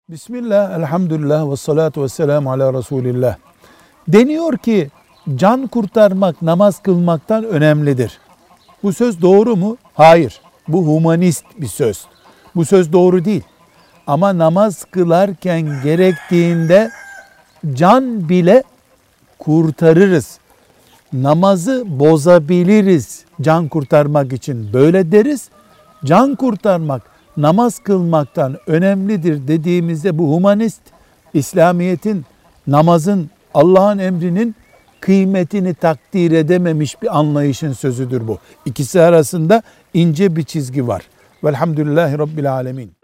Bismillah, elhamdülillah ve salatu ve selamu ala Resulillah. Deniyor ki can kurtarmak namaz kılmaktan önemlidir. Bu söz doğru mu? Hayır. Bu humanist bir söz. Bu söz doğru değil. Ama namaz kılarken gerektiğinde can bile kurtarırız. Namazı bozabiliriz can kurtarmak için. Böyle deriz. Can kurtarmak namaz kılmaktan önemlidir dediğimizde bu humanist, İslamiyet'in, namazın, Allah'ın emrinin kıymetini takdir edememiş bir anlayışın sözüdür bu. İkisi arasında ince bir çizgi var. Velhamdülillahi Rabbil Alemin.